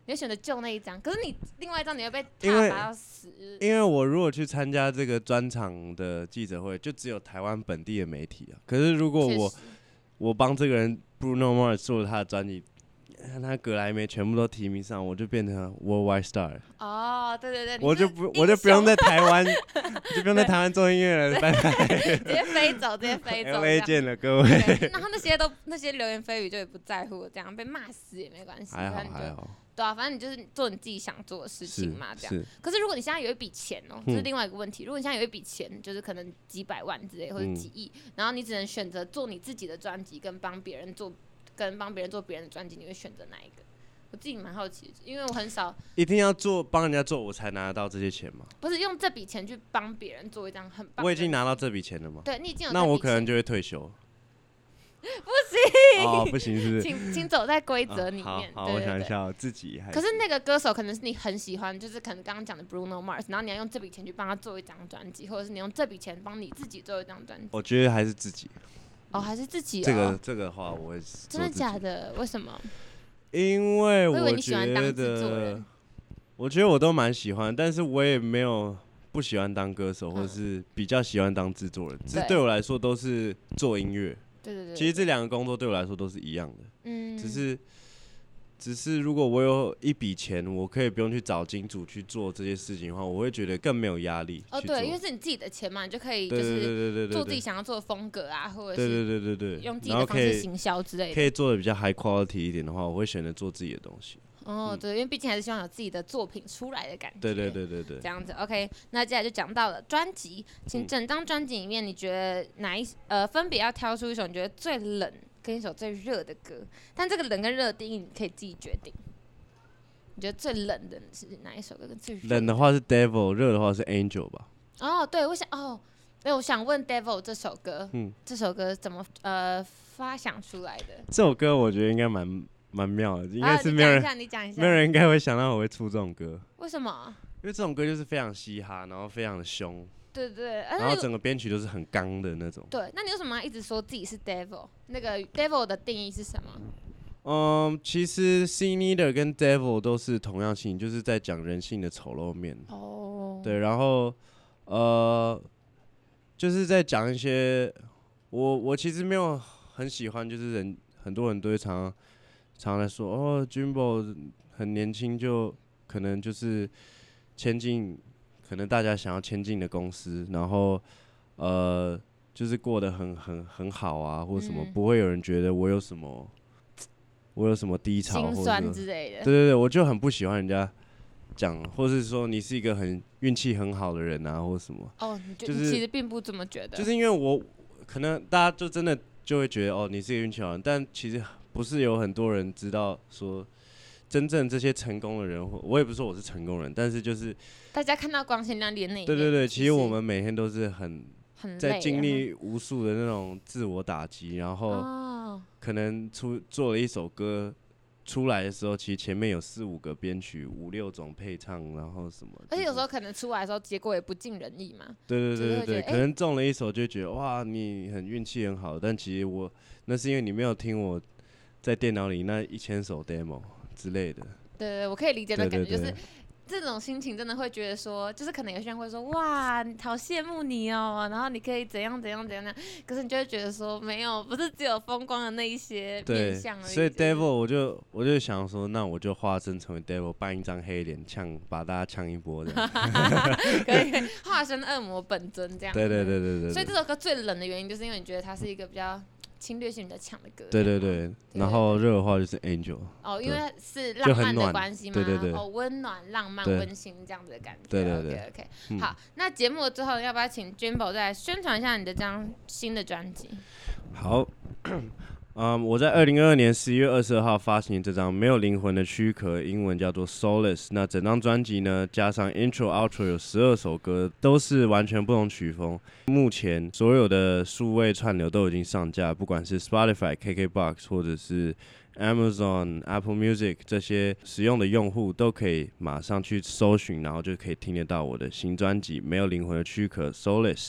你会选择救那一张，可是你另外一张你会被因为挞伐到死。 因为我如果去参加这个专场的记者会，就只有台湾本地的媒体啊。可是如果我帮这个人 Bruno Mars 做了他的专辑，他格莱美全部都提名上，我就变成 Worldwide Star 了。 哦，对对对， 我就不用在台湾，就不用在台湾做音乐了，拜拜。 直接飞走，直接飞走。 LA 见了各位。 然后那些流言蜚语就也不在乎，这样被骂死也没关系。 还好。 对啊，反正你就是做你自己想做的事情嘛，这样。可是如果你现在有一笔钱哦，这是另外一个问题。如果你现在有一笔钱，就是可能几百万之类或者几亿，然后你只能选择做你自己的专辑，跟帮别人做别人的专辑，你会选择哪一个？我自己蛮好奇的，因为我很少一定要帮人家做，我才拿得到这些钱吗？ 不是用这笔钱去帮别人做一张很棒的。 我已经拿到这笔钱了吗？ 对，你已经有。 那我可能就会退休。 不行， 哦，不行，是不是？ 请走在规则里面。 好，我想一下，自己还。 可是那个歌手可能是你很喜欢，就是可能刚刚讲的 Bruno Mars， 然后你要用这笔钱去帮他做一张专辑，或者是你用这笔钱帮你自己做一张专辑。 我觉得还是自己。 哦，还是自己哦。 这个话我会真的假的？为什么？ 因为我以为你喜欢当制作人。 我觉得我都蛮喜欢，但是我也没有不喜欢当歌手，或是比较喜欢当制作人。只是对我来说都是做音乐。 对。 其实这两个工作对我来说都是一样的。只是如果我有一笔钱，我可以不用去找金主去做这些事情的话，我会觉得更没有压力。 哦，对，因为是你自己的钱嘛，你就可以就是做自己想要做的风格啊，或者是对， 用自己的方式行销之类的。 可以做的比较 high quality 一点的话，我会选择做自己的东西。 哦，对，因为毕竟还是希望有自己的作品出来的感觉。 对， 这样子 OK。那接下来就讲到了专辑，请整张专辑里面，你觉得分别要挑出一首你觉得最冷跟一首最热的歌，但这个冷跟热的定义你可以自己决定。你觉得最冷的是哪一首歌？跟最热冷的话是 Devil， 热的话是 Angel 吧？ 哦，对，我想问 Devil 这首歌，这首歌怎么发想出来的？ 这首歌我觉得应该蛮妙的，应该是没有人， 你讲一下， 没有人应该会想到我会出这种歌。 为什么？ 因为这种歌就是非常嘻哈，然后非常的凶。 对， 然后整个编曲都是很刚的那种。 对，那你为什么要一直说自己是 Devil？ 那个 Devil 的定义是什么？ 其实 Sin Eater 跟 Devil 都是同样性，就是在讲人性的丑陋面。哦。对，然后就是在讲一些我其实没有很喜欢，就是很多人都会常来说哦 ，Jimbo 很年轻就可能就是签进可能大家想要签进的公司，然后就是过得很好啊，或者什么，不会有人觉得我有什么低潮心酸之类的。 对，我就很不喜欢人家讲，或是说你是一个运气很好的人啊，或什么。 哦，就是其实并不这么觉得。 就是因为我可能大家就真的就会觉得哦，你是一个运气好人，但其实不是有很多人知道说。真正这些成功的人，我也不是说我是成功人，但是就是大家看到光鲜亮丽的那一面。 对，其实我们每天都是很在经历无数的那种自我打击，然后可能做了一首歌出来的时候，其实前面有4-5个编曲，5、6种配唱，然后什么。 而且有时候可能出来的时候，结果也不尽人意嘛。 对，可能中了一首就觉得哇，你运气很好，但其实那是因为你没有听我在电脑里那1000首 demo。之类的， 对，我可以理解的感觉，就是这种心情真的会觉得说，就是可能有些人会说，哇，好羡慕你哦，然后你可以怎样，可是你就会觉得说，没有，不是只有风光的那一些面向而已。 所以 Devil 我就想说，那我就化身成为 Devil， 扮一张黑脸，把大家呛一波这样。 可以化身恶魔本尊这样。 对。 所以这首歌最冷的原因，就是因为你觉得它是一个比较。侵略性比较强的歌， 对，然后热的话就是 Angel， 哦，因为是浪漫的关系嘛， 对， 哦，温暖、浪漫、温馨这样子的感觉， 对 ，OK，好，那节目的最后要不要请 Jimbo 再来宣传一下你的这张新的专辑？ 好。我在2022年11月22号发行这张没有灵魂的躯壳，英文叫做 Soulless。那整张专辑呢，加上 Intro、Outro 有12首歌，都是完全不同曲风。目前所有的数位串流都已经上架，不管是 Spotify、KKBox 或者是 Amazon、Apple Music 这些使用的用户都可以马上去搜寻，然后就可以听得到我的新专辑《没有灵魂的躯壳》Soulless。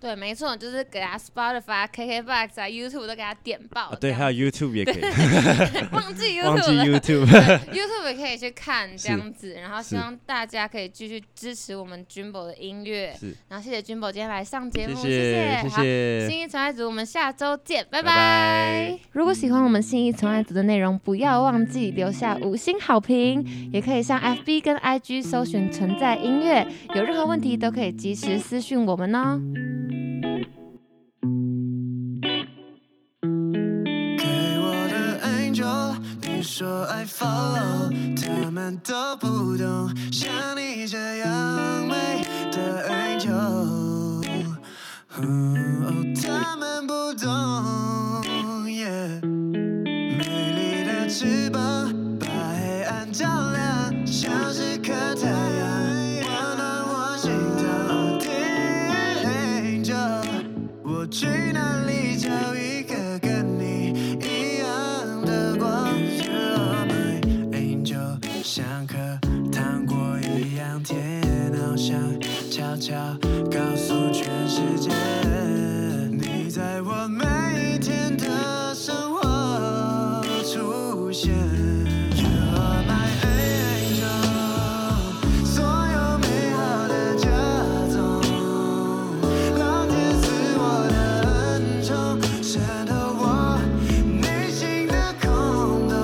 对，没错，就是给他 Spotify、KKBox 啊、YouTube 都给他点爆。 对，还有 YouTube 也可以。 忘记 YouTube 忘记 YouTube 也可以去看这样子，然后希望大家可以继续支持我们 Jimbo 的音乐。然后谢谢 Jimbo 今天来上节目，谢谢。好，信义存爱组，我们下周见，拜拜。如果喜欢我们信义存爱组的内容，不要忘记留下5星好评，也可以上 FB 跟 IG 搜寻存在音乐，有任何问题都可以及时私讯我们哦。 你说爱 follow， 他们都不懂，像你这样美的 angel， 他们不懂， yeah， 美丽的翅膀把黑暗照亮，像是颗太阳，温暖我心头的 angel， 我去哪里找一个跟你一样的光，像颗糖果一样甜，好想悄悄告诉全世界，你在我每一天的生活出现。You are my angel， 所有美好的加总，老天赐我的恩宠，渗透我内心的空洞。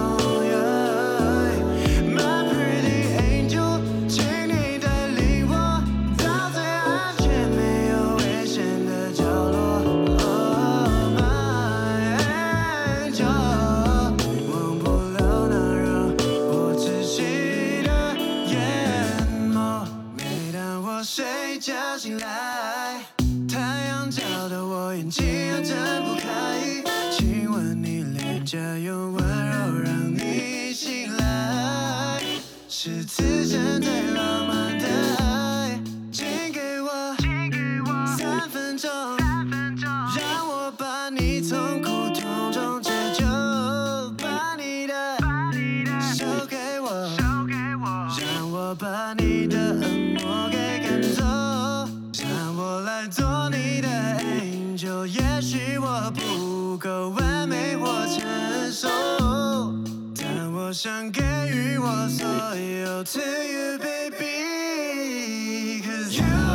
睡觉醒来，太阳照得我眼睛又睁不开，亲吻你脸颊，用温柔让你醒来，是此生最浪漫的爱，请给我3分钟，让我把你从苦痛中解救，把你的手给我，让我把你的恶魔给做你的 angel， 也许我不够完美或成熟，但我想给予我所有 to you baby， 'cause you